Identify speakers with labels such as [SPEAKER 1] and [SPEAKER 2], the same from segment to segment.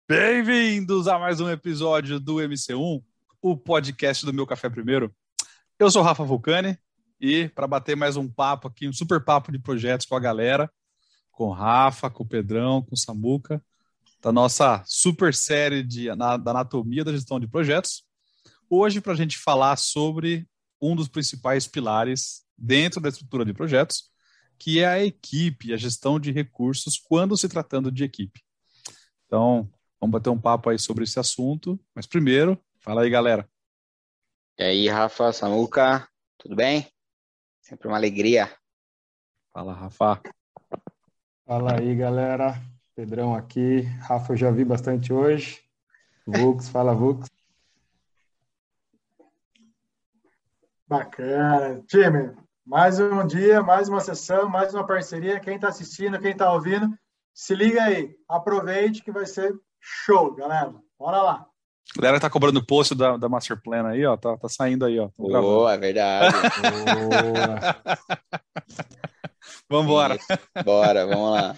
[SPEAKER 1] Bem-vindos a mais um episódio do MC1, o podcast do Meu Café Primeiro. Eu sou o Rafa Vulcani e para bater mais um papo aqui, um super papo de projetos com a galera, com o Rafa, com o Pedrão, com o Samuca, da nossa super série da anatomia da gestão de projetos. Hoje, para a gente falar sobre um dos principais pilares dentro da estrutura de projetos, que é a equipe, a gestão de recursos quando se tratando de equipe. Então, vamos bater um papo aí sobre esse assunto, mas primeiro, fala aí, galera.
[SPEAKER 2] E aí, Rafa, Samuca, tudo bem? Sempre uma alegria.
[SPEAKER 1] Fala, Rafa.
[SPEAKER 3] Fala aí, galera. Pedrão aqui. Rafa, eu já vi bastante hoje. Vux, fala, Vux.
[SPEAKER 4] Bacana. Time, mais um dia, mais uma sessão, mais uma parceria. Quem está assistindo, quem está ouvindo, se liga aí. Aproveite que vai ser show, galera. Bora lá.
[SPEAKER 1] A galera tá cobrando o post da Master Plan aí, ó. Tá saindo aí, ó.
[SPEAKER 2] É verdade.
[SPEAKER 1] Vambora.
[SPEAKER 2] Bora, vamos lá.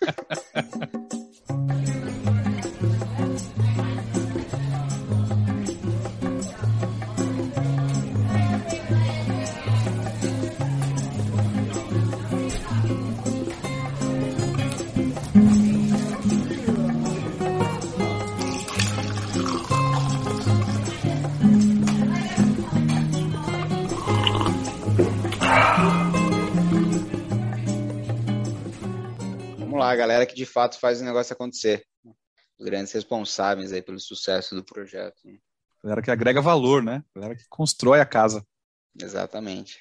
[SPEAKER 2] A galera que de fato faz o negócio acontecer. Os grandes responsáveis aí pelo sucesso do projeto.
[SPEAKER 1] A galera que agrega valor, né? A galera que constrói a casa.
[SPEAKER 2] Exatamente.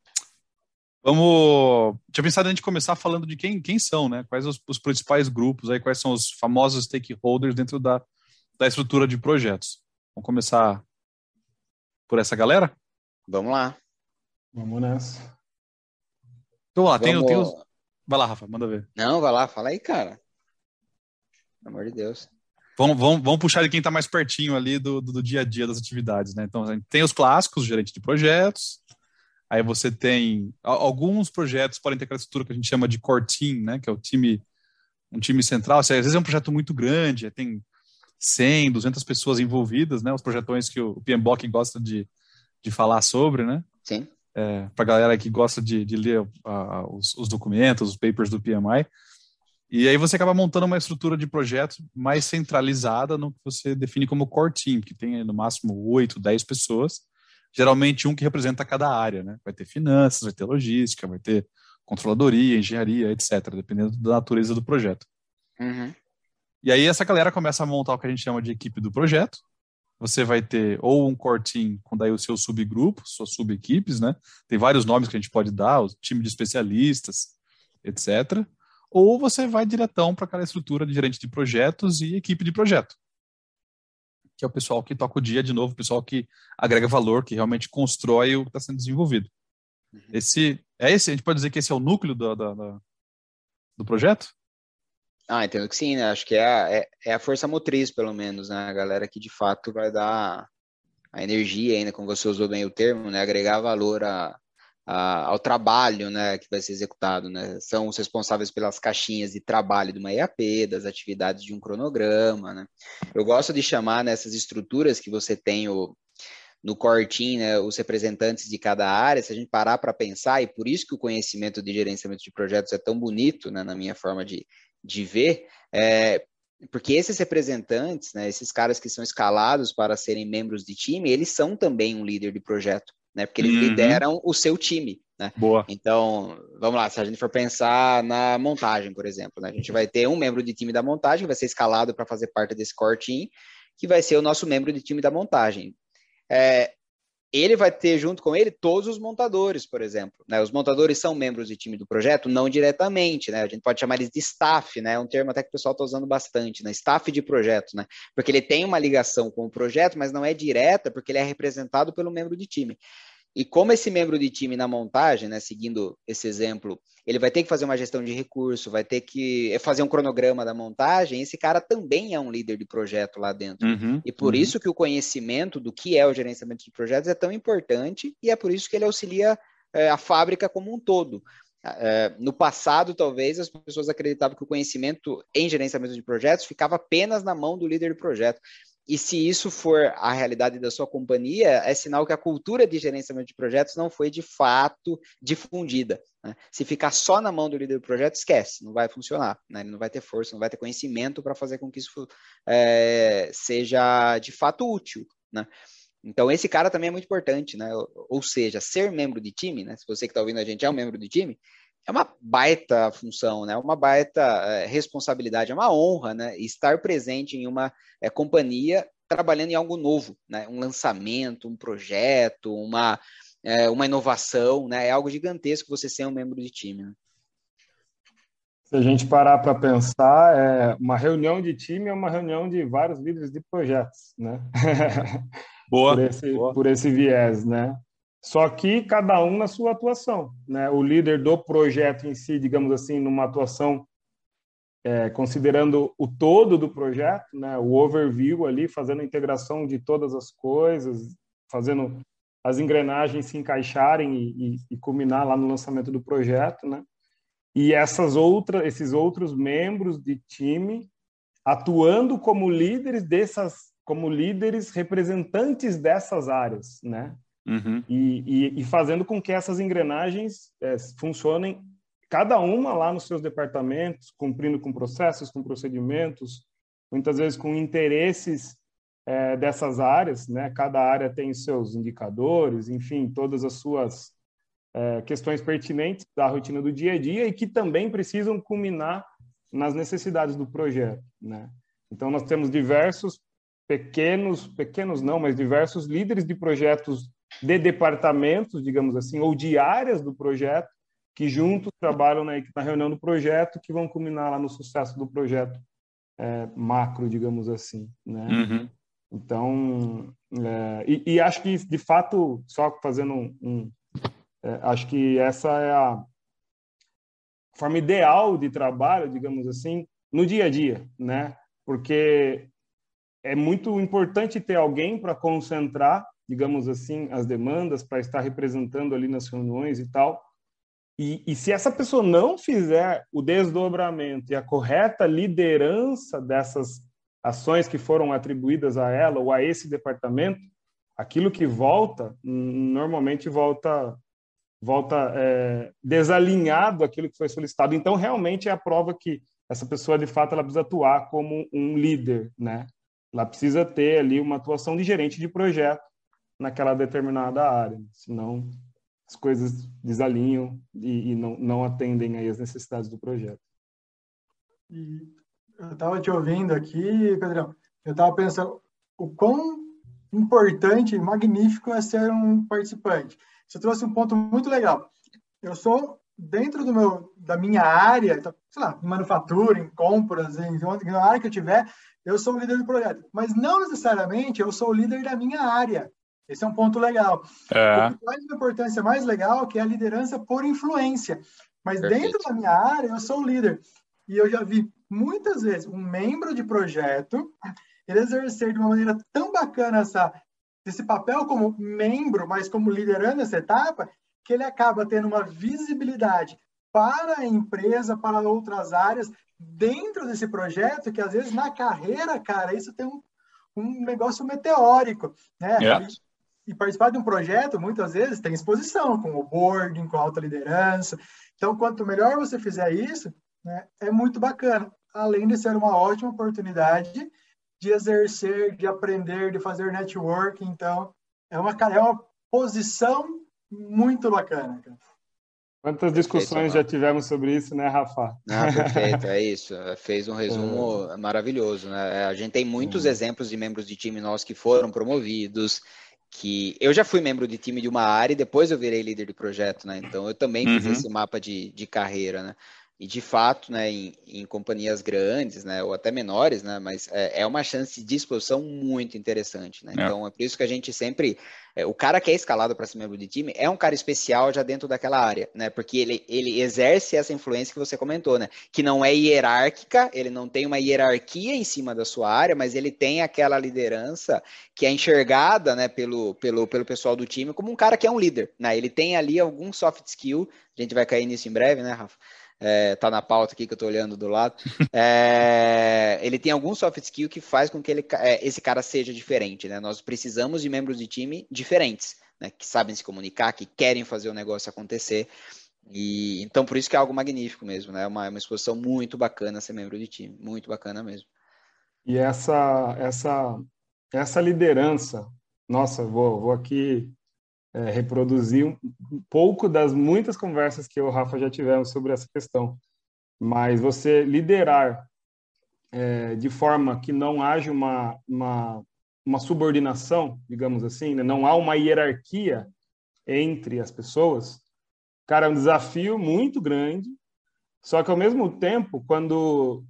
[SPEAKER 1] Tinha pensado a gente começar falando de quem são, né? Quais os principais grupos aí, quais são os famosos stakeholders dentro da estrutura de projetos. Vamos começar por essa galera?
[SPEAKER 2] Vamos lá.
[SPEAKER 3] Vamos nessa.
[SPEAKER 1] Então, lá, tem os... Vai lá, Rafa, manda ver.
[SPEAKER 2] Não, vai lá, fala aí, cara. Pelo amor de Deus.
[SPEAKER 1] Vamos puxar de quem está mais pertinho ali do dia a dia das atividades, né? Então, tem os clássicos, gerente de projetos. Aí você tem... Alguns projetos podem ter aquela estrutura que a gente chama de core team, né? Que é um time central. Às vezes é um projeto muito grande, tem 100, 200 pessoas envolvidas, né? Os projetões que o PMBOK gosta de falar sobre, né?
[SPEAKER 2] Sim.
[SPEAKER 1] Para a galera que gosta de ler os documentos, os papers do PMI. E aí você acaba montando uma estrutura de projeto mais centralizada no que você define como core team, que tem no máximo 8, 10 pessoas, geralmente um que representa cada área, né? Vai ter finanças, vai ter logística, vai ter controladoria, engenharia, etc., dependendo da natureza do projeto.
[SPEAKER 2] Uhum.
[SPEAKER 1] E aí essa galera começa a montar o que a gente chama de equipe do projeto. Você vai ter ou um core team com daí o seu subgrupo, suas subequipes, né? Tem vários nomes que a gente pode dar, o time de especialistas, etc. Ou você vai diretão para aquela estrutura de gerente de projetos e equipe de projeto, que é o pessoal que toca o dia, de novo, o pessoal que agrega valor, que realmente constrói o que está sendo desenvolvido. Uhum. A gente pode dizer que esse é o núcleo do projeto?
[SPEAKER 2] Entendo que sim, né? Acho que é a força motriz, pelo menos, né? A galera que de fato vai dar a energia ainda, como você usou bem o termo, né? Agregar valor ao trabalho, né? Que vai ser executado, né? São os responsáveis pelas caixinhas de trabalho de uma EAP, das atividades de um cronograma, né? Eu gosto de chamar nessas estruturas que você tem no core team, né, os representantes de cada área, se a gente parar para pensar, e por isso que o conhecimento de gerenciamento de projetos é tão bonito, né, na minha forma de ver, porque esses representantes, né, esses caras que são escalados para serem membros de time, eles são também um líder de projeto, né, porque eles lideram o seu time, né?
[SPEAKER 1] Boa.
[SPEAKER 2] Então, vamos lá, se a gente for pensar na montagem, por exemplo, né, a gente vai ter um membro de time da montagem que vai ser escalado para fazer parte desse core team, que vai ser o nosso membro de time da montagem. Ele vai ter junto com ele todos os montadores, por exemplo, né? Os montadores são membros de time do projeto, não diretamente, né? A gente pode chamar eles de staff, né? É um termo até que o pessoal está usando bastante, né? Staff de projeto, né? Porque ele tem uma ligação com o projeto, mas não é direta, porque ele é representado pelo membro de time. E como esse membro de time na montagem, né, seguindo esse exemplo, ele vai ter que fazer uma gestão de recurso, vai ter que fazer um cronograma da montagem, esse cara também é um líder de projeto lá dentro. E por isso que o conhecimento do que é o gerenciamento de projetos é tão importante e é por isso que ele auxilia a fábrica como um todo. No passado, talvez, as pessoas acreditavam que o conhecimento em gerenciamento de projetos ficava apenas na mão do líder de projeto. E se isso for a realidade da sua companhia, é sinal que a cultura de gerenciamento de projetos não foi, de fato, difundida, né? Se ficar só na mão do líder do projeto, esquece, não vai funcionar, né? Ele não vai ter força, não vai ter conhecimento para fazer com que isso seja, de fato, útil, né? Então, esse cara também é muito importante, né? Ou seja, ser membro de time, né? Se você que está ouvindo a gente é um membro de time, é uma baita função, né? Uma baita responsabilidade, é uma honra, né? Estar presente em uma companhia trabalhando em algo novo, né? Um lançamento, um projeto, uma inovação, né? É algo gigantesco você ser um membro de time, né?
[SPEAKER 3] Se a gente parar para pensar, uma reunião de time é uma reunião de vários líderes de projetos, né?
[SPEAKER 1] Boa.
[SPEAKER 3] Por esse viés, né? Só que cada um na sua atuação, né? O líder do projeto em si, digamos assim, numa atuação considerando o todo do projeto, né? O overview ali, fazendo a integração de todas as coisas, fazendo as engrenagens se encaixarem e culminar lá no lançamento do projeto, né? E esses outros membros de time atuando como líderes representantes dessas áreas, né?
[SPEAKER 1] Uhum.
[SPEAKER 3] E fazendo com que essas engrenagens funcionem, cada uma lá nos seus departamentos, cumprindo com processos, com procedimentos, muitas vezes com interesses dessas áreas, né? Cada área tem seus indicadores, enfim, todas as suas questões pertinentes da rotina do dia a dia e que também precisam culminar nas necessidades do projeto, né? Então, nós temos diversos pequenos não, mas diversos líderes de projetos de departamentos, digamos assim, ou de áreas do projeto, que juntos trabalham na reunião do projeto, que vão culminar lá no sucesso do projeto macro, digamos assim, né?
[SPEAKER 1] Uhum.
[SPEAKER 3] Então, e acho que, de fato, só fazendo acho que essa é a forma ideal de trabalho, digamos assim, no dia a dia, né? Porque é muito importante ter alguém para concentrar, digamos assim, as demandas, para estar representando ali nas reuniões e tal. E se essa pessoa não fizer o desdobramento e a correta liderança dessas ações que foram atribuídas a ela ou a esse departamento, aquilo que normalmente volta desalinhado aquilo que foi solicitado. Então, realmente é a prova que essa pessoa, de fato, ela precisa atuar como um líder, né? Ela precisa ter ali uma atuação de gerente de projeto naquela determinada área, senão as coisas desalinham e não atendem aí as necessidades do projeto.
[SPEAKER 4] E eu estava te ouvindo aqui, Pedrão, eu estava pensando o quão importante e magnífico é ser um participante. Você trouxe um ponto muito legal. Eu sou, dentro da minha área, sei lá, em manufatura, em compras, na área que eu tiver, eu sou o líder do projeto. Mas não necessariamente eu sou o líder da minha área. Esse é um ponto legal. O que faz uma importância mais legal que é a liderança por influência. Mas
[SPEAKER 2] Perfeito.
[SPEAKER 4] Dentro da minha área, eu sou o líder. E eu já vi muitas vezes um membro de projeto ele exercer de uma maneira tão bacana esse papel como membro, mas como liderando essa etapa, que ele acaba tendo uma visibilidade para a empresa, para outras áreas, dentro desse projeto, que às vezes na carreira, cara, isso tem um negócio meteórico, né? E participar de um projeto, muitas vezes, tem exposição, com o boarding, com a alta liderança. Então, quanto melhor você fizer isso, né, é muito bacana. Além de ser uma ótima oportunidade de exercer, de aprender, de fazer networking. Então, é uma posição muito bacana, cara.
[SPEAKER 3] Quantas discussões já tivemos sobre isso, né, Rafa?
[SPEAKER 2] Perfeito, é isso. Fez um resumo maravilhoso, né? A gente tem muitos exemplos de membros de time nossos que foram promovidos, que eu já fui membro de time de uma área e depois eu virei líder de projeto, né? Então eu também fiz esse mapa de carreira, né? E de fato, né, em companhias grandes, né, ou até menores, né, mas é uma chance de exposição muito interessante, né? Então é por isso que a gente sempre, o cara que é escalado para ser membro de time é um cara especial já dentro daquela área, né? Porque ele exerce essa influência que você comentou, né? Que não é hierárquica, ele não tem uma hierarquia em cima da sua área, mas ele tem aquela liderança que é enxergada, né, pelo pessoal do time como um cara que é um líder, né? Ele tem ali algum soft skill, a gente vai cair nisso em breve, né, Rafa? Tá na pauta aqui que eu tô olhando do lado. Ele tem algum soft skill que faz com que esse cara seja diferente, né? Nós precisamos de membros de time diferentes, né? Que sabem se comunicar, que querem fazer o negócio acontecer. E então por isso que é algo magnífico mesmo, né? Uma exposição muito bacana ser membro de time, muito bacana mesmo.
[SPEAKER 3] E essa liderança, nossa, vou aqui reproduzir um pouco das muitas conversas que eu e o Rafa já tivemos sobre essa questão. Mas você liderar de forma que não haja uma subordinação, digamos assim, né? Não há uma hierarquia entre as pessoas, cara, é um desafio muito grande. Só que ao mesmo tempo, quando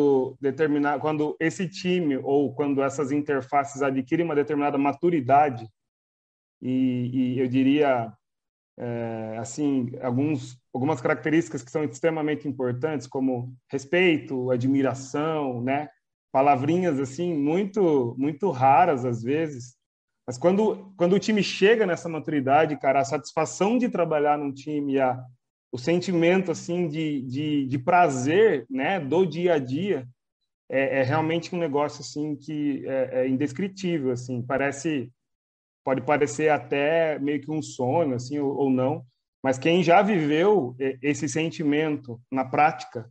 [SPEAKER 3] esse time ou quando essas interfaces adquirem uma determinada maturidade e eu diria assim algumas características que são extremamente importantes, como respeito, admiração, né? Palavrinhas assim muito raras às vezes. Mas quando o time chega nessa maturidade, cara, a satisfação de trabalhar num time, o sentimento assim de prazer, né, do dia a dia é realmente um negócio assim que é indescritível, assim, pode parecer até meio que um sonho, assim, ou não, mas quem já viveu esse sentimento na prática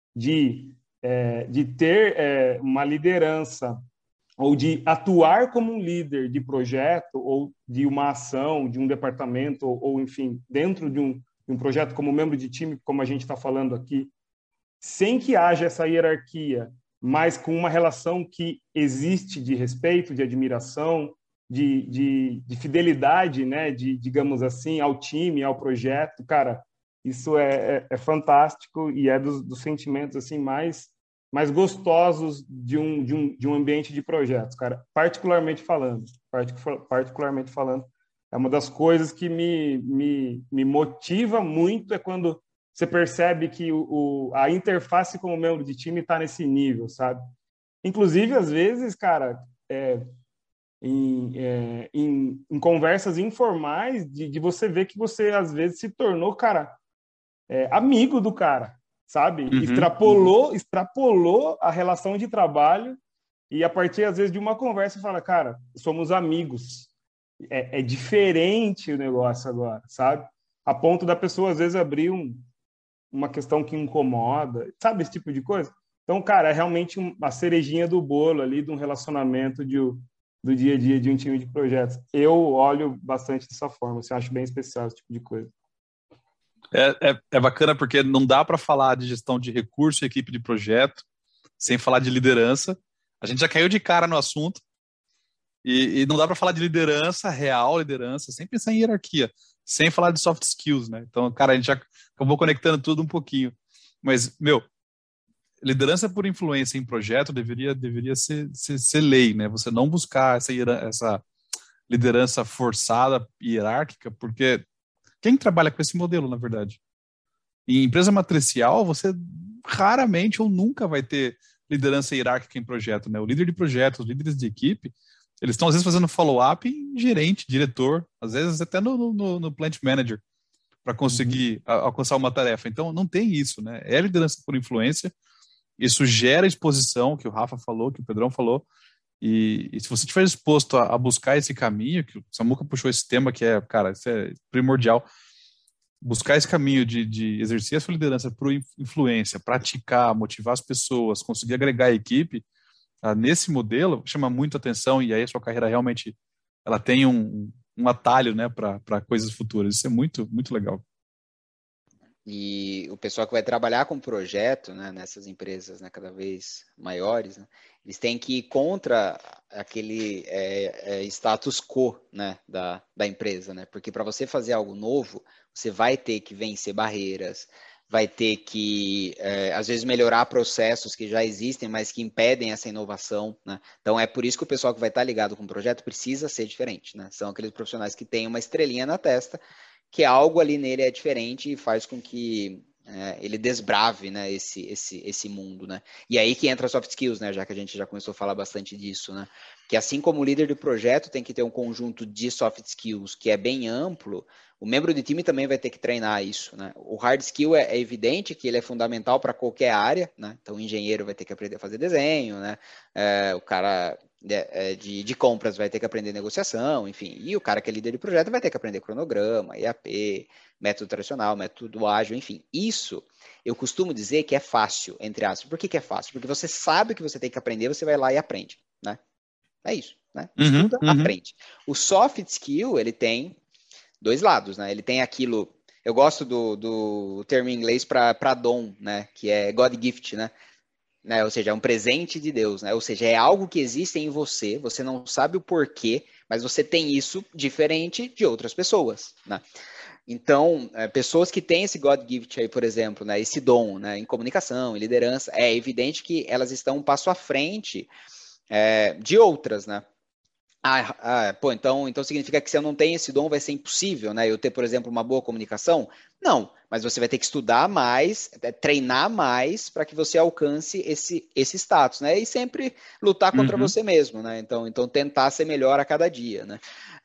[SPEAKER 3] de ter uma liderança ou de atuar como um líder de projeto ou de uma ação, de um departamento, ou enfim, dentro de um projeto como membro de time, como a gente está falando aqui, sem que haja essa hierarquia, mas com uma relação que existe de respeito, de admiração, de fidelidade, né, digamos assim, ao time, ao projeto, cara, isso é fantástico e é dos sentimentos assim mais gostosos de um ambiente de projetos, cara, particularmente falando, é uma das coisas que me motiva muito é quando você percebe que a interface como membro de time está nesse nível, sabe? Inclusive, às vezes, cara, em conversas informais, de você ver que você, às vezes, se tornou, cara, amigo do cara, sabe? Extrapolou a relação de trabalho e, a partir, às vezes, de uma conversa, fala, cara, somos amigos. É diferente o negócio agora, sabe? A ponto da pessoa, às vezes, abrir uma questão que incomoda, sabe? Esse tipo de coisa. Então, cara, é realmente a cerejinha do bolo ali de um relacionamento do dia a dia de um time de projetos. Eu olho bastante dessa forma, assim, acho bem especial esse tipo de coisa.
[SPEAKER 1] É bacana porque não dá para falar de gestão de recurso e equipe de projeto sem falar de liderança. A gente já caiu de cara no assunto e não dá para falar de liderança, real liderança, sem pensar em hierarquia, sem falar de soft skills, né? Então, cara, a gente já acabou conectando tudo um pouquinho. Mas, liderança por influência em projeto deveria ser lei, né? Você não buscar essa liderança forçada, hierárquica, porque quem trabalha com esse modelo, na verdade? Em empresa matricial, você raramente ou nunca vai ter liderança hierárquica em projeto, né? O líder de projeto, os líderes de equipe, eles estão às vezes fazendo follow-up em gerente, diretor, às vezes até no plant manager, para conseguir alcançar uma tarefa. Então, não tem isso, né? É liderança por influência, isso gera exposição, que o Rafa falou, que o Pedrão falou, e se você estiver disposto a buscar esse caminho, que o Samuca puxou esse tema, que cara, isso é primordial, buscar esse caminho de exercer a sua liderança por influência, praticar, motivar as pessoas, conseguir agregar a equipe, nesse modelo, chama muito atenção, e aí a sua carreira realmente ela tem um atalho, né, para coisas futuras. Isso é muito, muito legal.
[SPEAKER 2] E o pessoal que vai trabalhar com projeto, né, nessas empresas, né, cada vez maiores, né, eles têm que ir contra aquele status quo, né, da empresa, né, porque para você fazer algo novo, você vai ter que vencer barreiras, vai ter que, às vezes, melhorar processos que já existem, mas que impedem essa inovação, né? Então, é por isso que o pessoal que vai estar ligado com o projeto precisa ser diferente, né? São aqueles profissionais que têm uma estrelinha na testa, que algo ali nele é diferente e faz com que ele desbrave, né, esse mundo, né? E aí que entra soft skills, né? Já que a gente já começou a falar bastante disso, né? Que assim como o líder de projeto tem que ter um conjunto de soft skills que é bem amplo, o membro de time também vai ter que treinar isso, né? O hard skill é evidente que ele é fundamental para qualquer área, né? Então o engenheiro vai ter que aprender a fazer desenho, né? O cara de compras vai ter que aprender negociação, enfim. E o cara que é líder de projeto vai ter que aprender cronograma, IAP, método tradicional, método ágil, enfim. Isso eu costumo dizer que é fácil, entre aspas. Por que é fácil? Porque você sabe que você tem que aprender, você vai lá e aprende, né? É isso, né? Estuda, aprende. O soft skill, ele tem dois lados, né? Ele tem aquilo... Eu gosto do termo em inglês para dom, né? Que é God gift, né? Ou seja, é um presente de Deus, né? Ou seja, é algo que existe em você, você não sabe o porquê, mas você tem isso diferente de outras pessoas, né? Então, pessoas que têm esse God gift aí, por exemplo, né, esse dom, né, em comunicação, em liderança, é evidente que elas estão um passo à frente de outras, né? Então significa que se eu não tenho esse dom vai ser impossível, né? Eu ter, por exemplo, uma boa comunicação? Não, mas você vai ter que estudar mais, treinar mais para que você alcance esse status, né? E sempre lutar contra você mesmo, né? Então tentar ser melhor a cada dia, né?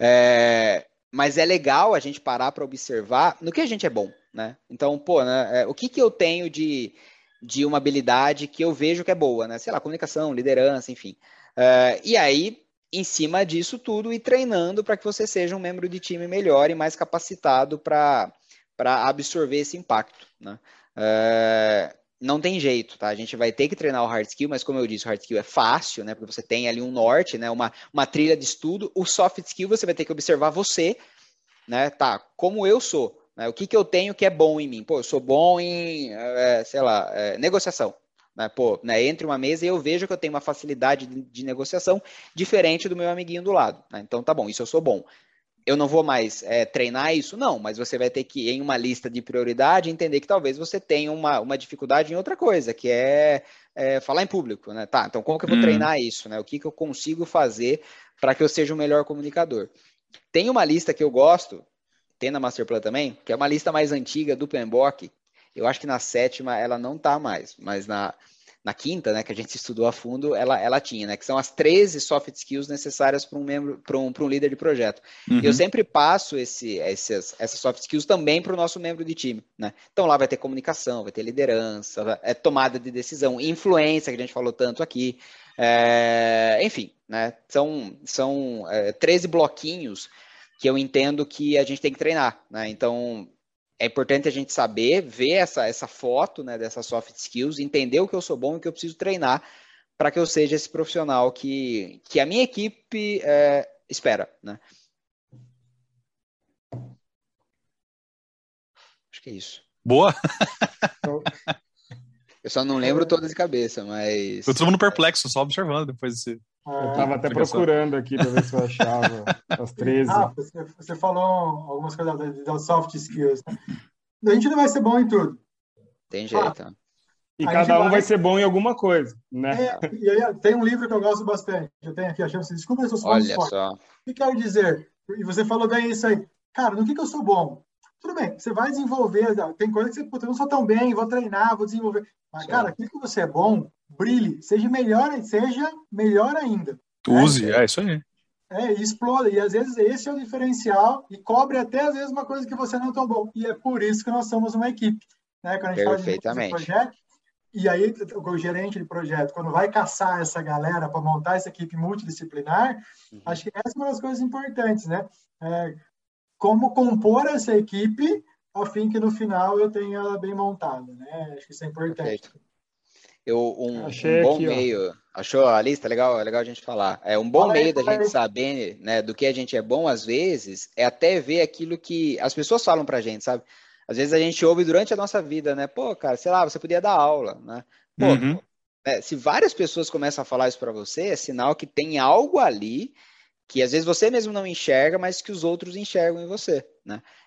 [SPEAKER 2] Mas é legal a gente parar para observar no que a gente é bom, né? Então, né, o que eu tenho de uma habilidade que eu vejo que é boa, né? Sei lá, comunicação, liderança, enfim. E aí, em cima disso tudo, e treinando para que você seja um membro de time melhor e mais capacitado para absorver esse impacto, né? Não tem jeito, tá? A gente vai ter que treinar o hard skill, mas como eu disse, o hard skill é fácil, né? Porque você tem ali um norte, né? Uma trilha de estudo. O soft skill você vai ter que observar você, né? Tá, como eu sou, né? O que eu tenho que é bom em mim? Eu sou bom em, sei lá, negociação. Né, entre uma mesa e eu vejo que eu tenho uma facilidade de negociação diferente do meu amiguinho do lado, né? Então tá bom, isso eu sou bom. Eu não vou mais treinar isso? Não, mas você vai ter que, em uma lista de prioridade, entender que talvez você tenha uma dificuldade em outra coisa, que é falar em público, né? Tá, então como que eu vou treinar isso, né? O que eu consigo fazer para que eu seja o melhor comunicador? Tem uma lista que eu gosto, tem na Masterplan também, que é uma lista mais antiga do PMBOK. Eu acho que na 7ª ela não tá mais, mas na 5ª, né, que a gente estudou a fundo, ela tinha, né, que são as 13 soft skills necessárias para um líder de projeto. E eu sempre passo essas soft skills também para o nosso membro de time, né? Então lá vai ter comunicação, vai ter liderança, tomada de decisão, influência, que a gente falou tanto aqui, enfim, né? São 13 bloquinhos que eu entendo que a gente tem que treinar, né? Então é importante a gente saber, ver essa foto, né, dessas soft skills, entender o que eu sou bom e o que eu preciso treinar para que eu seja esse profissional que a minha equipe espera, né? Acho que é isso.
[SPEAKER 1] Boa!
[SPEAKER 2] Eu só não lembro todas de cabeça, mas...
[SPEAKER 1] Eu tô todo mundo perplexo, só observando depois desse...
[SPEAKER 3] Eu estava até procurando aqui para ver se eu achava as 13.
[SPEAKER 4] Você falou algumas coisas das soft skills, né? A gente não vai ser bom em tudo.
[SPEAKER 2] Tem jeito.
[SPEAKER 3] E cada um vai ser bom em alguma coisa, né?
[SPEAKER 4] E aí, tem um livro que eu gosto bastante. Eu tenho aqui, chama-se Desculpa se eu sou
[SPEAKER 2] Olha só.
[SPEAKER 4] O que quer dizer? E você falou bem isso aí. Cara, no que eu sou bom? Tudo bem, você vai desenvolver. Tem coisa que você, eu não sou tão bem, vou treinar, vou desenvolver. Mas, cara, aquilo que você é bom, brilhe, seja melhor ainda.
[SPEAKER 1] Use, isso aí.
[SPEAKER 4] E exploda. E às vezes esse é o diferencial e cobre até às vezes uma coisa que você não é tão bom. E é por isso que nós somos uma equipe, né? Quando a gente fala de projeto, e aí o gerente de projeto, quando vai caçar essa galera para montar essa equipe multidisciplinar, acho que essa é uma das coisas importantes, né? Como compor essa equipe a fim que no final eu tenha ela bem montada, né? Acho que isso é importante.
[SPEAKER 2] Perfeito. Um bom aqui, meio... Achou a lista? Legal a gente falar. Um bom meio da gente saber, né, do que a gente é bom, às vezes, é até ver aquilo que as pessoas falam pra gente, sabe? Às vezes a gente ouve durante a nossa vida, né? Cara, sei lá, você podia dar aula, né? Se várias pessoas começam a falar isso pra você, é sinal que tem algo ali que às vezes você mesmo não enxerga, mas que os outros enxergam em você, né?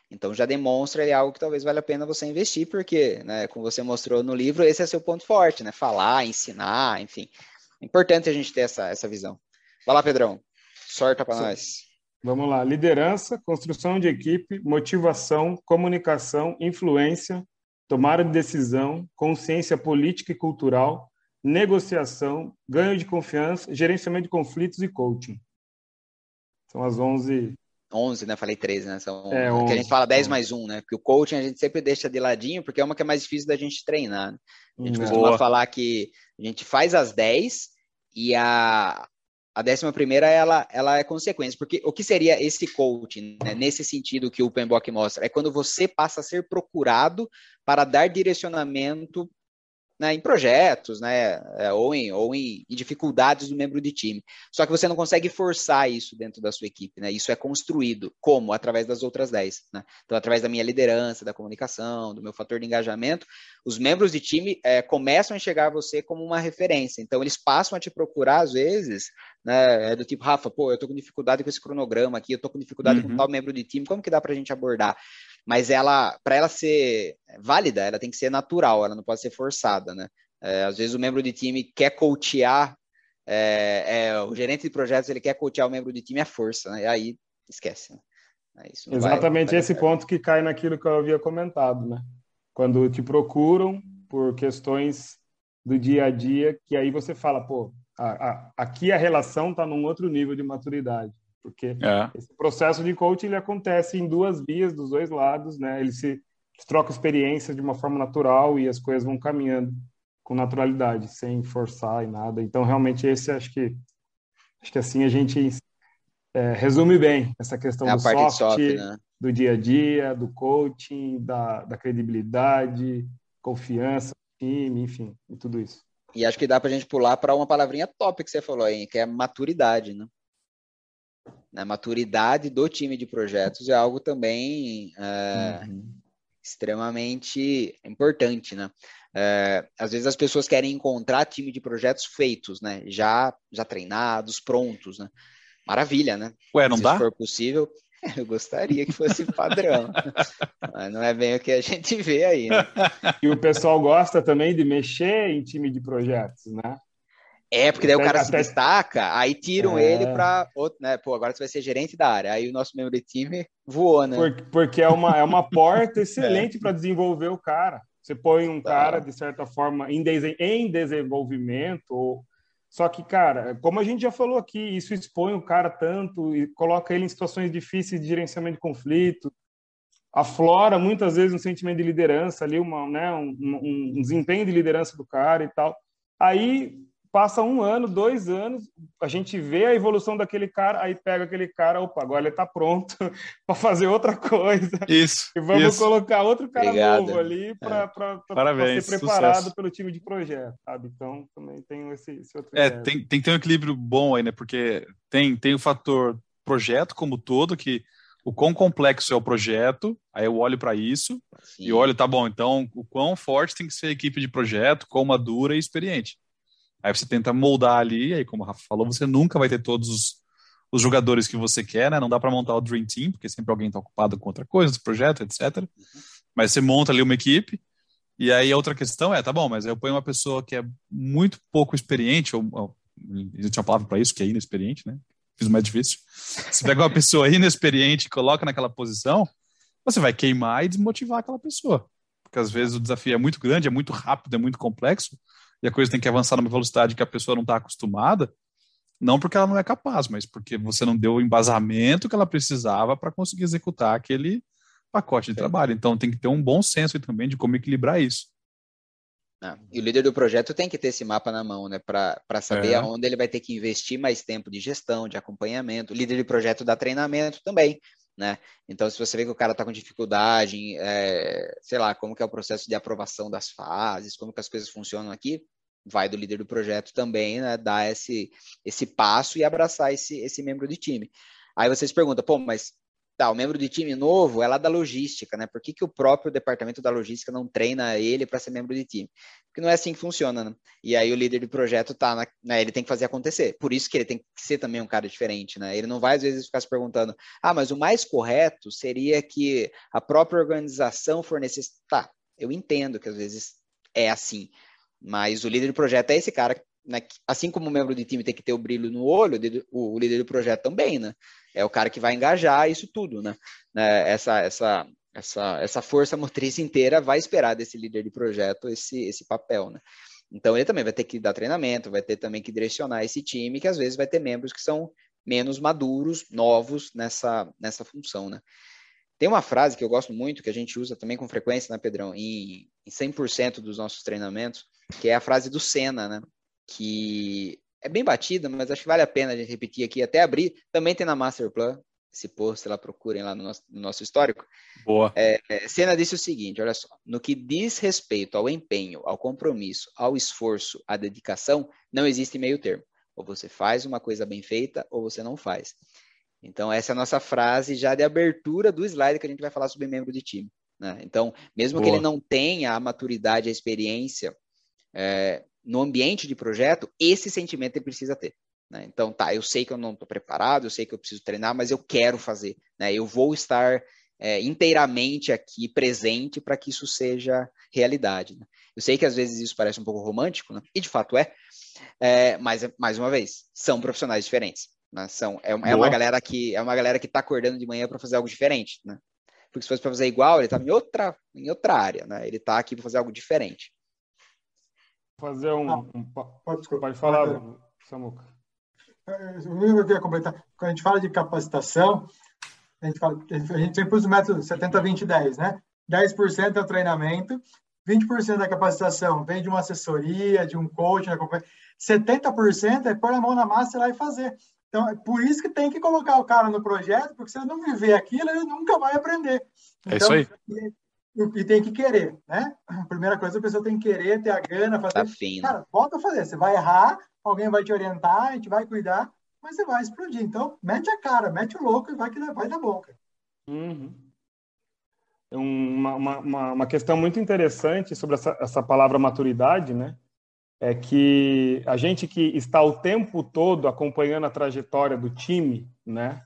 [SPEAKER 2] Então já demonstra ali algo que talvez valha a pena você investir, porque, né, como você mostrou no livro, esse é seu ponto forte, né? Falar, ensinar, enfim. É importante a gente ter essa visão. Vai lá, Pedrão. Sorta para nós.
[SPEAKER 3] Vamos lá. Liderança, construção de equipe, motivação, comunicação, influência, tomada de decisão, consciência política e cultural, negociação, ganho de confiança, gerenciamento de conflitos e coaching. São as 11...
[SPEAKER 2] 11, né? Falei 13, né? São,
[SPEAKER 3] É,
[SPEAKER 2] que a gente
[SPEAKER 3] 11,
[SPEAKER 2] fala 10
[SPEAKER 3] 11.
[SPEAKER 2] mais 1, né? Porque o coaching a gente sempre deixa de ladinho, porque é uma que é mais difícil da gente treinar, né? A gente costuma
[SPEAKER 1] Boa.
[SPEAKER 2] falar que a gente faz as 10 e a 11ª ela é consequência. Porque o que seria esse coaching, né? Nesse sentido que o PMBOK mostra? É quando você passa a ser procurado para dar direcionamento, né, em projetos, né, ou em dificuldades do membro de time. Só que você não consegue forçar isso dentro da sua equipe, né? Isso é construído. Como? Através das outras 10. Né? Então, através da minha liderança, da comunicação, do meu fator de engajamento, os membros de time começam a enxergar você como uma referência. Então, eles passam a te procurar, às vezes, né, do tipo, Rafa, pô, eu tô com dificuldade com esse cronograma aqui, eu tô com dificuldade com tal membro de time, como que dá pra gente abordar? Mas para ela ser válida, ela tem que ser natural, ela não pode ser forçada, né? Às vezes o membro de time quer coachear, o gerente de projetos, ele quer coachear o membro de time à força, né? E aí esquece, né? Isso não
[SPEAKER 3] Exatamente
[SPEAKER 2] vai
[SPEAKER 3] esse ponto que cai naquilo que eu havia comentado, né? Quando te procuram por questões do dia a dia, que aí você fala, pô, aqui a relação está num outro nível de maturidade. Porque esse processo de coaching ele acontece em duas vias, dos dois lados, né? Ele se troca experiências de uma forma natural e as coisas vão caminhando com naturalidade, sem forçar e nada. Então, realmente, esse acho que assim a gente resume bem essa questão do soft, né? Do dia a dia, do coaching, da credibilidade, confiança, time, enfim, e tudo isso.
[SPEAKER 2] E acho que dá para a gente pular para uma palavrinha top que você falou aí, que é maturidade, né? A maturidade do time de projetos é algo também extremamente importante, né? Às vezes as pessoas querem encontrar time de projetos feitos, né? Já treinados, prontos, né? Maravilha, né?
[SPEAKER 1] Ué, não dá?
[SPEAKER 2] Se for possível, eu gostaria que fosse padrão. Mas não é bem o que a gente vê aí, né?
[SPEAKER 3] E o pessoal gosta também de mexer em time de projetos, né?
[SPEAKER 2] Porque daí o cara se destaca, aí tiram ele para outro, né? Pô, agora você vai ser gerente da área. Aí o nosso membro de time voou, né?
[SPEAKER 3] Porque é uma porta excelente para desenvolver o cara. Você põe um cara, de certa forma, em desenvolvimento. Só que, cara, como a gente já falou aqui, isso expõe o cara tanto e coloca ele em situações difíceis de gerenciamento de conflito. Aflora, muitas vezes, um sentimento de liderança ali, um desempenho de liderança do cara e tal. Aí passa 1 ano, 2 anos, a gente vê a evolução daquele cara, aí pega aquele cara, opa, agora ele está pronto para fazer outra coisa.
[SPEAKER 1] Isso.
[SPEAKER 3] E vamos colocar outro cara novo ali para ser preparado
[SPEAKER 1] sucesso.
[SPEAKER 3] pelo time de projeto, sabe? Então, também tem esse outro
[SPEAKER 1] tem que ter um equilíbrio bom aí, né? Porque tem o fator projeto como todo, que o quão complexo é o projeto, aí eu olho para isso. Sim. E olho, tá bom, então o quão forte tem que ser a equipe de projeto, quão madura e experiente. Aí você tenta moldar ali, aí como o Rafa falou, você nunca vai ter todos os jogadores que você quer, né? Não dá para montar o Dream Team, porque sempre alguém está ocupado com outra coisa, do projeto, etc. Mas você monta ali uma equipe, e aí a outra questão tá bom, mas aí eu ponho uma pessoa que é muito pouco experiente, ou existe uma palavra para isso, que é inexperiente, né? Fiz o mais difícil. Você pega uma pessoa inexperiente e coloca naquela posição, você vai queimar e desmotivar aquela pessoa. Porque às vezes o desafio é muito grande, é muito rápido, é muito complexo, e a coisa tem que avançar numa velocidade que a pessoa não está acostumada, não porque ela não é capaz, mas porque você não deu o embasamento que ela precisava para conseguir executar aquele pacote de trabalho. Então tem que ter um bom senso também de como equilibrar isso.
[SPEAKER 2] E o líder do projeto tem que ter esse mapa na mão, né, para saber aonde ele vai ter que investir mais tempo de gestão, de acompanhamento. O líder de projeto dá treinamento também, né? Então, se você vê que o cara está com dificuldade, sei lá, como que é o processo de aprovação das fases, como que as coisas funcionam aqui, vai do líder do projeto também, né, dar esse passo e abraçar esse membro de time. Aí vocês perguntam, pô, mas o membro de time novo é lá da logística, né? Por que o próprio departamento da logística não treina ele para ser membro de time? Porque não é assim que funciona, né? E aí o líder de projeto ele tem que fazer acontecer. Por isso que ele tem que ser também um cara diferente, né? Ele não vai, às vezes, ficar se perguntando, mas o mais correto seria que a própria organização fornecesse... Tá, eu entendo que às vezes é assim, mas o líder de projeto é esse cara, né? Assim como o membro de time tem que ter o brilho no olho, o líder do projeto também, né? É o cara que vai engajar isso tudo, né? Essa força motriz inteira vai esperar desse líder de projeto esse papel, né? Então ele também vai ter que dar treinamento, vai ter também que direcionar esse time, que às vezes vai ter membros que são menos maduros, novos nessa função, né? Tem uma frase que eu gosto muito, que a gente usa também com frequência, né, Pedrão, em 100% dos nossos treinamentos, que é a frase do Senna, né? Que é bem batida, mas acho que vale a pena a gente repetir aqui, até abrir. Também tem na Masterplan, esse post lá, procurem lá no nosso histórico.
[SPEAKER 1] Boa.
[SPEAKER 2] Senna disse o seguinte, olha só, no que diz respeito ao empenho, ao compromisso, ao esforço, à dedicação, não existe meio termo. Ou você faz uma coisa bem feita, ou você não faz. Então, essa é a nossa frase já de abertura do slide que a gente vai falar sobre membro de time, né? Então, mesmo que ele não tenha a maturidade, a experiência no ambiente de projeto, esse sentimento ele precisa ter, né? Então, eu sei que eu não estou preparado, eu sei que eu preciso treinar, mas eu quero fazer, né? Eu vou estar inteiramente aqui presente para que isso seja realidade, né? Eu sei que às vezes isso parece um pouco romântico, né? E de fato mas, mais uma vez, são profissionais diferentes, né? Uma galera que está acordando de manhã para fazer algo diferente, né? Porque se fosse para fazer igual, ele está em outra área, né? Ele está aqui para fazer algo diferente.
[SPEAKER 3] Fazer pode falar, Samuca.
[SPEAKER 4] Eu queria completar. Quando a gente fala de capacitação, a gente sempre usa o método 70-20-10, né? 10% é o treinamento, 20% da capacitação vem de uma assessoria, de um coach, 70% é pôr a mão na massa e ir lá e fazer. Então, é por isso que tem que colocar o cara no projeto, porque se ele não viver aquilo, ele nunca vai aprender. Então,
[SPEAKER 1] isso aí.
[SPEAKER 4] E tem que querer, né? A primeira coisa, a pessoa tem que querer, ter a gana, fazer.
[SPEAKER 2] Tá fino.
[SPEAKER 4] Cara, volta a fazer. Você vai errar, alguém vai te orientar, a gente vai cuidar, mas você vai explodir. Então, mete a cara, mete o louco e vai dar bom, cara.
[SPEAKER 3] Uhum. Uma questão muito interessante sobre essa palavra maturidade, né? É que a gente que está o tempo todo acompanhando a trajetória do time, né?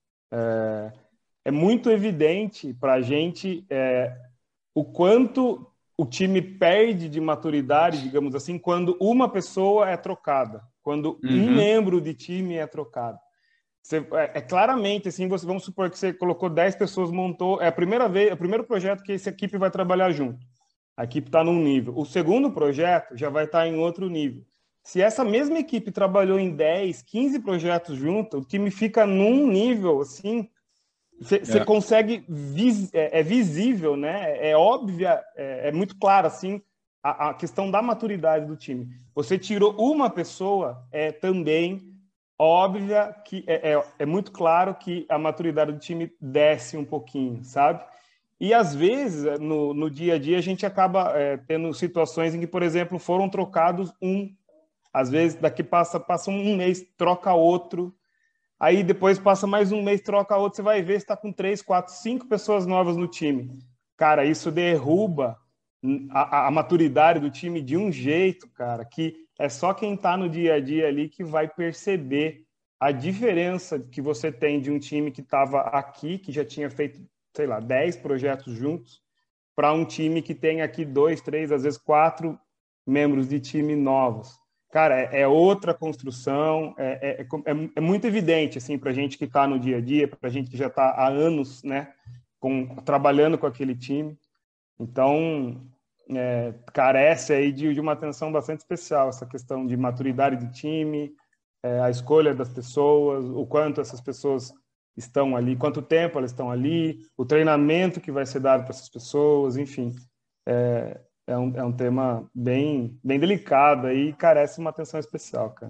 [SPEAKER 3] É muito evidente para a gente o quanto o time perde de maturidade, digamos assim, quando uma pessoa é trocada, quando um membro de time é trocado. Claramente, assim, vamos supor que você colocou 10 pessoas, montou, é o primeiro projeto que essa equipe vai trabalhar junto. A equipe está num nível. O segundo projeto já vai estar em outro nível. Se essa mesma equipe trabalhou em 10, 15 projetos junto, o time fica num nível, assim, você consegue, é visível, né? É óbvia, é muito claro, assim, a questão da maturidade do time. Você tirou uma pessoa, também óbvia que é muito claro que a maturidade do time desce um pouquinho, sabe? E às vezes no dia a dia a gente acaba tendo situações em que, por exemplo, foram trocados às vezes daqui passa um mês, troca outro, aí depois passa mais um mês, troca outro, você vai ver, está com 3, 4, 5 pessoas novas no time. Cara, isso derruba a maturidade do time de um jeito, cara, que é só quem está no dia a dia ali que vai perceber a diferença que você tem de um time que estava aqui, que já tinha feito, sei lá, 10 projetos juntos, para um time que tem aqui 2, 3, às vezes 4 membros de time novos. Cara, é outra construção, é muito evidente, assim, para a gente que está no dia a dia, para a gente que já está há anos, né, trabalhando com aquele time. Então, carece aí de uma atenção bastante especial, essa questão de maturidade de time, a escolha das pessoas, o quanto essas pessoas estão ali, quanto tempo elas estão ali, o treinamento que vai ser dado para essas pessoas, enfim. É um tema bem, bem delicado e carece uma atenção especial, cara.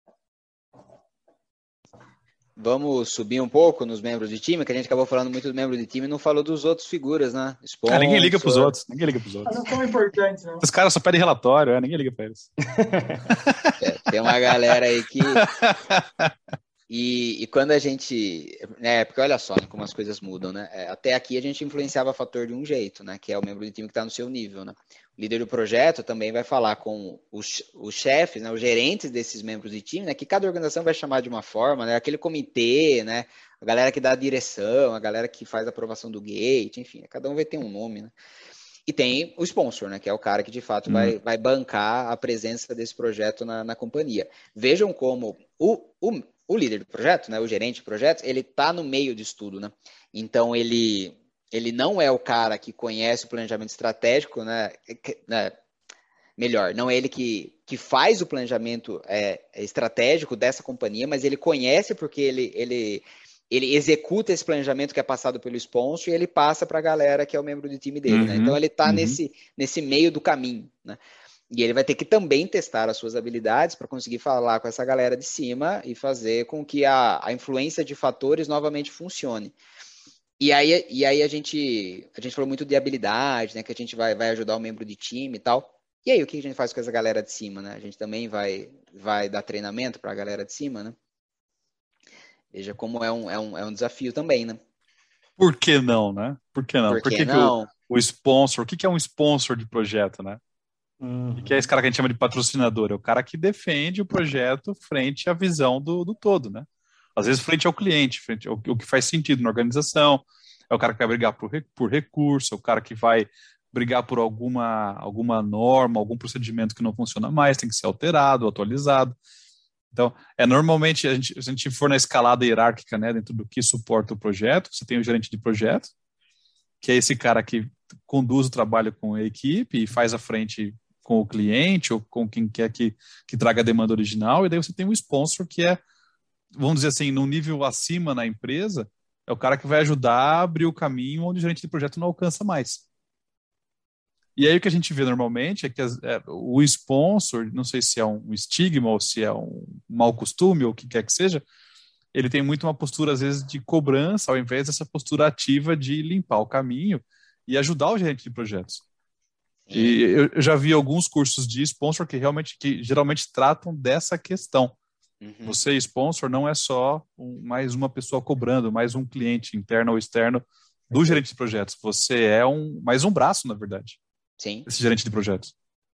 [SPEAKER 2] Vamos subir um pouco nos membros de time, que a gente acabou falando muito dos membros de time e não falou dos outros figuras, né?
[SPEAKER 1] Sponsor. Ninguém liga pros outros.
[SPEAKER 4] Não são importantes, não.
[SPEAKER 1] Os caras só pedem relatório, ninguém liga pra eles.
[SPEAKER 2] Tem uma galera aí que... E quando a gente, né, porque olha só, né, como as coisas mudam, né? Até aqui a gente influenciava fator de um jeito, né? Que é o membro do time que está no seu nível, né? O líder do projeto também vai falar com os chefes, né, os gerentes desses membros de time, né? Que cada organização vai chamar de uma forma, né? Aquele comitê, né? A galera que dá a direção, a galera que faz a aprovação do gate, enfim, cada um vai ter um nome, né? E tem o sponsor, né? Que é o cara que de fato vai bancar a presença desse projeto na companhia. Vejam como o líder do projeto, né, o gerente de projetos, ele está no meio disso tudo, né? Então, ele não é o cara que conhece o planejamento estratégico, né? Melhor, não é ele que faz o planejamento estratégico dessa companhia, mas ele conhece porque ele executa esse planejamento que é passado pelo sponsor e ele passa para a galera que é o membro do time dele, né? Então, ele está nesse meio do caminho, né? E ele vai ter que também testar as suas habilidades para conseguir falar com essa galera de cima e fazer com que a influência de fatores novamente funcione. E aí a gente falou muito de habilidade, né? Que a gente vai ajudar o membro de time e tal. E aí, o que a gente faz com essa galera de cima, né? A gente também vai dar treinamento para a galera de cima, né? Veja como é um desafio também, né?
[SPEAKER 1] Por que não, né? Por que não?
[SPEAKER 2] Por
[SPEAKER 1] Por
[SPEAKER 2] que
[SPEAKER 1] que
[SPEAKER 2] não?
[SPEAKER 1] o sponsor, o que é um sponsor de projeto, né? O que é esse cara que a gente chama de patrocinador? É o cara que defende o projeto frente à visão do todo, né? Às vezes frente ao cliente, frente ao que faz sentido na organização, é o cara que vai brigar por recurso, é o cara que vai brigar por alguma norma, algum procedimento que não funciona mais, tem que ser alterado, atualizado. Então, normalmente, se a gente for na escalada hierárquica, né, dentro do que suporta o projeto, você tem o gerente de projeto, que é esse cara que conduz o trabalho com a equipe e faz a frente com o cliente ou com quem quer que traga a demanda original, e daí você tem o sponsor, que é, vamos dizer assim, num nível acima na empresa, é o cara que vai ajudar a abrir o caminho onde o gerente de projeto não alcança mais. E aí o que a gente vê normalmente é que o sponsor, não sei se é um estigma ou se é um mau costume ou o que quer que seja, ele tem muito uma postura, às vezes, de cobrança, ao invés dessa postura ativa de limpar o caminho e ajudar o gerente de projetos. E eu já vi alguns cursos de sponsor que geralmente tratam dessa questão. Você, sponsor, não é só mais uma pessoa cobrando, mais um cliente interno ou externo do gerente de projetos. Você é mais um braço, na verdade.
[SPEAKER 2] Sim.
[SPEAKER 1] Esse gerente de projetos.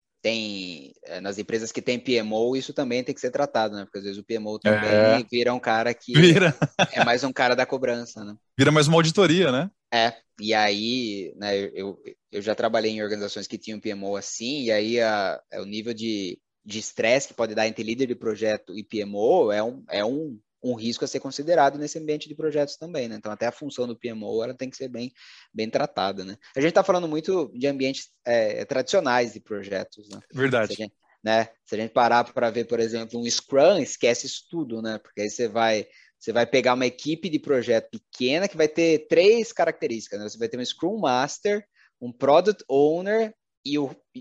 [SPEAKER 2] Nas empresas que tem PMO, isso também tem que ser tratado, né? Porque às vezes o PMO também vira um cara que é mais um cara da cobrança, né?
[SPEAKER 1] Vira mais uma auditoria, né?
[SPEAKER 2] E aí, né, eu já trabalhei em organizações que tinham PMO assim, e aí o nível de estresse que pode dar entre líder de projeto e PMO é um risco a ser considerado nesse ambiente de projetos também, né? Então, até a função do PMO ela tem que ser bem tratada, né? A gente está falando muito de ambientes tradicionais de projetos, né?
[SPEAKER 1] Verdade.
[SPEAKER 2] Se a gente parar para ver, por exemplo, um Scrum, esquece isso tudo, né? Porque aí você vai pegar uma equipe de projeto pequena que vai ter 3 características, né? Você vai ter um Scrum Master, um Product Owner e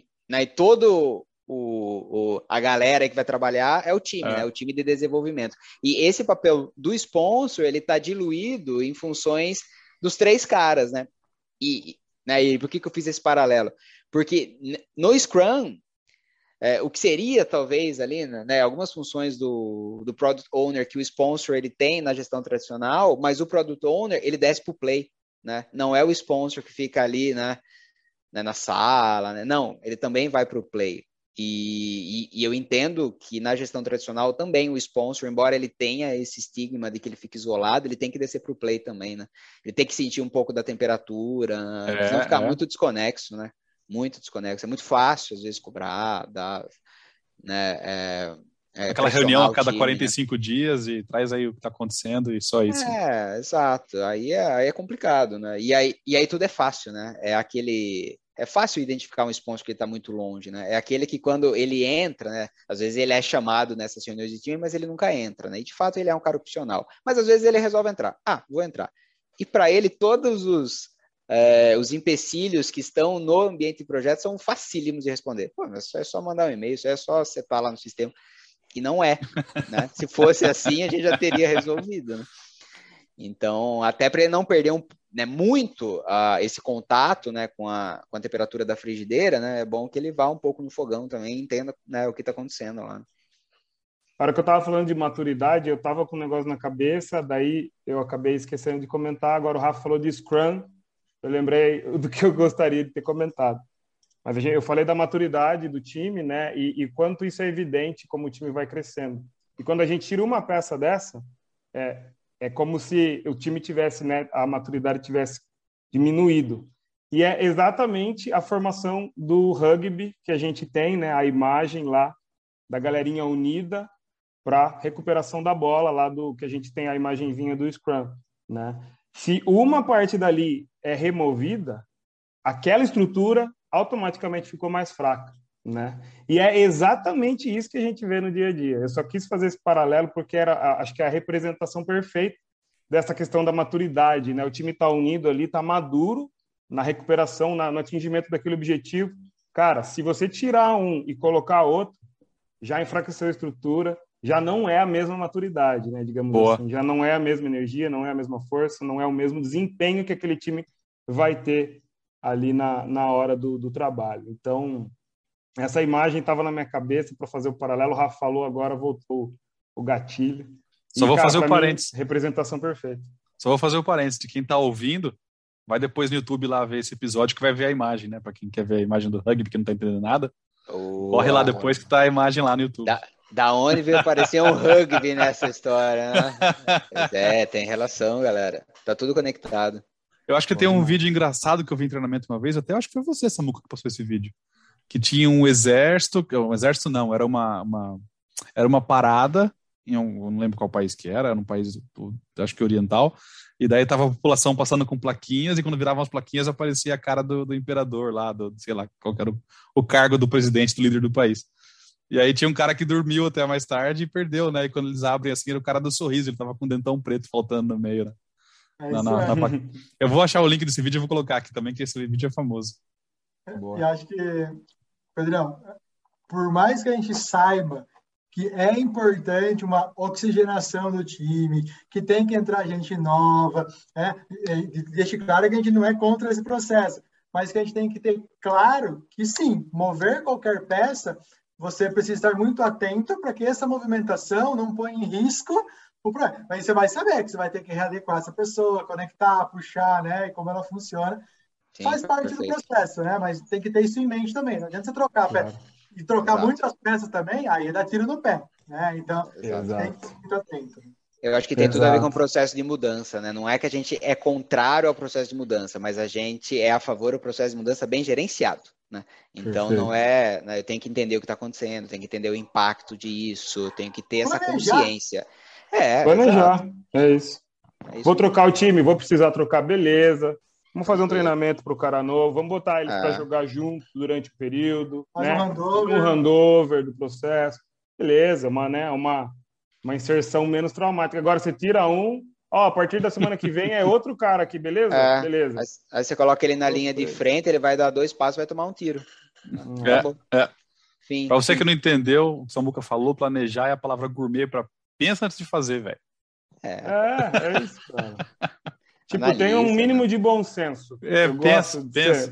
[SPEAKER 2] todo a galera que vai trabalhar é o time, né? O time de desenvolvimento. E esse papel do sponsor, ele está diluído em funções dos 3 caras, né? E por que eu fiz esse paralelo? Porque no Scrum, o que seria talvez ali, né, algumas funções do Product Owner que o sponsor ele tem na gestão tradicional, mas o Product Owner ele desce para o play, né? Não é o sponsor que fica ali, né, na sala, né? Não, ele também vai para o play. E eu entendo que na gestão tradicional também o sponsor, embora ele tenha esse estigma de que ele fique isolado, ele tem que descer para o play também, né? Ele tem que sentir um pouco da temperatura, senão ficar muito desconexo, né? Muito desconexo. É muito fácil, às vezes, cobrar, dar, né?
[SPEAKER 1] Aquela reunião a cada 45 dias e traz aí o que está acontecendo e só isso.
[SPEAKER 2] Exato. Aí é complicado, né? E aí tudo é fácil, né? É fácil identificar um sponsor que está muito longe, né? É aquele que quando ele entra, né? Às vezes ele é chamado nessas reuniões de time, mas ele nunca entra, né? E de fato ele é um cara opcional. Mas às vezes ele resolve entrar. Vou entrar. E para ele todos os empecilhos que estão no ambiente de projeto são facílimos de responder. Pô, mas isso é só mandar um e-mail, isso é só setar lá no sistema. E não é, né? Se fosse assim, a gente já teria resolvido, né? Então, até para ele não perder muito esse contato, né, com a temperatura da frigideira, né, é bom que ele vá um pouco no fogão também e entenda, né, o que está acontecendo lá.
[SPEAKER 3] hora que eu estava falando de maturidade, eu estava com um negócio na cabeça, daí eu acabei esquecendo de comentar. Agora o Rafa falou de Scrum, eu lembrei do que eu gostaria de ter comentado. Mas eu falei da maturidade do time, né? E quanto isso é evidente como o time vai crescendo. E quando a gente tira uma peça dessa, é como se o time tivesse, né? A maturidade tivesse diminuído. E é exatamente a formação do rugby que a gente tem, né? A imagem lá da galerinha unida para recuperação da bola, lá do que a gente tem a imagenzinha do Scrum, né? Se uma parte dali é removida, aquela estrutura automaticamente ficou mais fraca, né? E é exatamente isso que a gente vê no dia a dia. Eu só quis fazer esse paralelo porque acho que é a representação perfeita dessa questão da maturidade, né? O time está unido ali, está maduro na recuperação, no atingimento daquele objetivo. Cara, se você tirar um e colocar outro, já enfraqueceu a estrutura, já não é a mesma maturidade, né? Digamos assim, já não é a mesma energia, não é a mesma força, não é o mesmo desempenho que aquele time vai ter ali na hora do trabalho. Então, essa imagem estava na minha cabeça para fazer o paralelo. O Rafa falou, agora voltou o gatilho.
[SPEAKER 1] Só vou fazer o parênteses.
[SPEAKER 3] Representação perfeita.
[SPEAKER 1] Só vou fazer o parênteses de quem está ouvindo, vai depois no YouTube lá ver esse episódio que vai ver a imagem, né? Para quem quer ver a imagem do rugby, que não está entendendo nada. Corre lá depois que tá a imagem lá no YouTube.
[SPEAKER 2] Da onde veio aparecer um rugby nessa história, né? Pois tem relação, galera. Tá tudo conectado.
[SPEAKER 1] Eu acho que tem um vídeo engraçado que eu vi em treinamento uma vez, até acho que foi você, Samuca, que postou esse vídeo. Que tinha um exército não, era uma parada, eu não lembro qual país que era um país, acho que oriental, e daí tava a população passando com plaquinhas, e quando viravam as plaquinhas aparecia a cara do imperador lá, sei lá, qual que era o cargo do presidente, do líder do país. E aí tinha um cara que dormiu até mais tarde e perdeu, né? E quando eles abrem assim, era o cara do sorriso, ele tava com um dentão preto faltando no meio, né? Eu vou achar o link desse vídeo e vou colocar aqui também, que esse vídeo é famoso.
[SPEAKER 4] Boa. E acho que, Pedrão, por mais que a gente saiba que é importante uma oxigenação do time, que tem que entrar gente nova, né? Deixa claro que a gente não é contra esse processo, mas que a gente tem que ter claro que, sim, mover qualquer peça, você precisa estar muito atento para que essa movimentação não ponha em risco o projeto. Mas você vai saber que você vai ter que readequar essa pessoa, conectar, puxar, né? E como ela funciona. Sim, faz parte do processo, né? Mas tem que ter isso em mente também. Não adianta você trocar a peça. E trocar muitas peças também, aí dá tiro no pé, né? Então, tem que estar muito atento.
[SPEAKER 2] Eu acho que tem tudo a ver com o processo de mudança, né? Não é que a gente é contrário ao processo de mudança, mas a gente é a favor do processo de mudança bem gerenciado, né? Então, não é... Né, eu tenho que entender o que está acontecendo, tenho que entender o impacto disso, tenho que ter essa consciência.
[SPEAKER 3] Planejar, é isso. Vou trocar o time, vou precisar trocar, beleza. Vamos fazer um treinamento para o cara novo, vamos botar eles para jogar junto durante o período,
[SPEAKER 4] faz
[SPEAKER 3] né?
[SPEAKER 4] Um
[SPEAKER 3] handover do processo. Beleza, uma inserção menos traumática. Agora você tira a partir da semana que vem é outro cara aqui, beleza? Beleza.
[SPEAKER 2] Aí você coloca ele na linha de frente, ele vai dar 2 passos, vai tomar um tiro.
[SPEAKER 1] Fim. Para você que não entendeu, o Samuca falou, planejar é a palavra gourmet para pensa antes de fazer, velho.
[SPEAKER 3] É isso, cara. Tipo, tenha um mínimo de bom senso.
[SPEAKER 1] Pensa.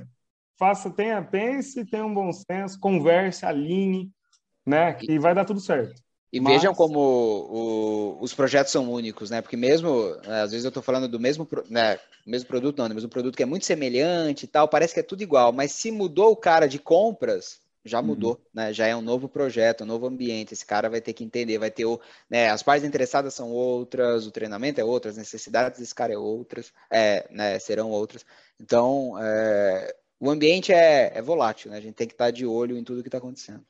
[SPEAKER 3] Pense, tenha um bom senso, converse, alinhe, né? Que vai dar tudo certo.
[SPEAKER 2] E vejam como os projetos são únicos, né? Porque mesmo, às vezes eu estou falando do mesmo produto, não, do mesmo produto que é muito semelhante e tal, parece que é tudo igual, mas se mudou o cara de compras, já mudou, né? Já é um novo projeto, um novo ambiente. Esse cara vai ter que entender, vai ter as partes interessadas são outras, o treinamento é outro, as necessidades desse cara serão outras. Então, o ambiente é volátil, né? A gente tem que estar de olho em tudo que está acontecendo.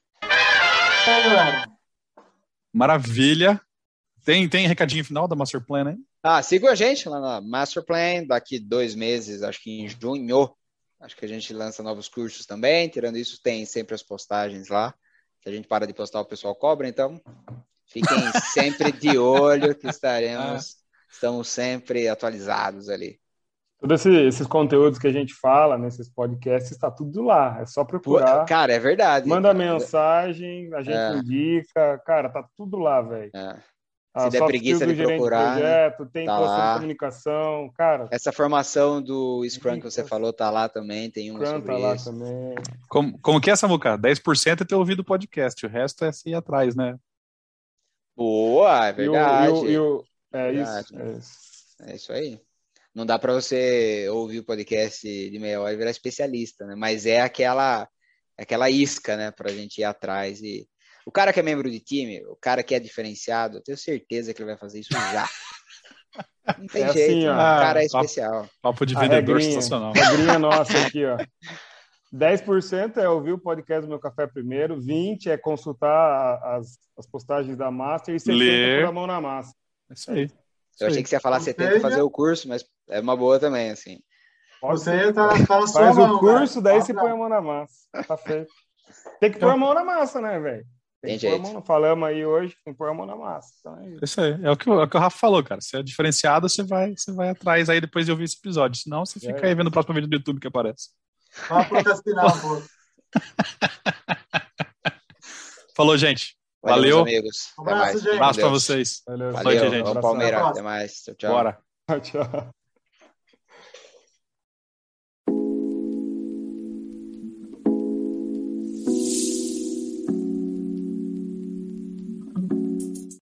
[SPEAKER 1] Maravilha. Tem recadinho final da Masterplan, né?
[SPEAKER 2] Sigam a gente lá na Masterplan, daqui 2 meses, acho que em junho. Acho que a gente lança novos cursos também. Tirando isso, tem sempre as postagens lá. Se a gente para de postar, o pessoal cobra. Então, fiquem sempre de olho que estamos sempre atualizados ali.
[SPEAKER 3] Todos esses conteúdos que a gente fala nesses podcasts, está tudo lá. É só procurar.
[SPEAKER 2] Cara, é verdade.
[SPEAKER 3] Manda mensagem, a gente indica. Cara, tá tudo lá, velho.
[SPEAKER 2] Se der preguiça de procurar,
[SPEAKER 3] projeto, tem posto de comunicação, cara.
[SPEAKER 2] Essa formação do Scrum que você falou tá lá também, tem uma
[SPEAKER 3] Scrum
[SPEAKER 2] sobre
[SPEAKER 3] tá
[SPEAKER 2] isso.
[SPEAKER 3] Lá também.
[SPEAKER 1] Como que é, Samuca? 10% é ter ouvido o podcast, o resto é ir atrás, né?
[SPEAKER 2] Boa, é verdade.
[SPEAKER 3] Isso.
[SPEAKER 2] É isso aí. Não dá para você ouvir o podcast de meia hora e virar especialista, né? Mas é aquela isca, né, para a gente ir atrás. E o cara que é membro de time, o cara que é diferenciado, eu tenho certeza que ele vai fazer isso já. Não tem jeito,
[SPEAKER 3] assim, ó,
[SPEAKER 2] o cara é especial.
[SPEAKER 1] Papo de vendedor sensacional.
[SPEAKER 3] Regrinha nossa aqui, ó. 10% é ouvir o podcast do Meu Café primeiro, 20% é consultar as postagens da Master e 60% é pôr a mão na massa.
[SPEAKER 1] É isso aí.
[SPEAKER 2] Eu achei que você ia falar 70% fazer o curso, mas é uma boa também, assim.
[SPEAKER 4] Você tá na sua
[SPEAKER 3] Faz
[SPEAKER 4] mão,
[SPEAKER 3] o curso,
[SPEAKER 4] velho.
[SPEAKER 3] daí você põe a mão na massa. Tá feito. Tem que pôr a mão na massa, né, velho?
[SPEAKER 2] Tem
[SPEAKER 3] que pôr a
[SPEAKER 2] jeito.
[SPEAKER 3] mão, falamos aí hoje, tem que pôr a mão na massa. Então é isso.
[SPEAKER 1] Isso aí. É o que o Rafa falou, cara. Se é diferenciado, você vai atrás aí depois de ouvir esse episódio. Senão você fica aí vendo o próximo vídeo do YouTube que aparece.
[SPEAKER 4] Vamos procrastinar um pouco.
[SPEAKER 1] Falou, gente.
[SPEAKER 2] Valeu,
[SPEAKER 1] Valeu.
[SPEAKER 2] amigos.
[SPEAKER 4] Um abraço, gente.
[SPEAKER 1] Abraço pra vocês.
[SPEAKER 3] Valeu,
[SPEAKER 1] Boa noite, gente.
[SPEAKER 2] Vamos, Palmeiras. Até mais. Tchau, tchau.
[SPEAKER 1] Bora.
[SPEAKER 3] Tchau.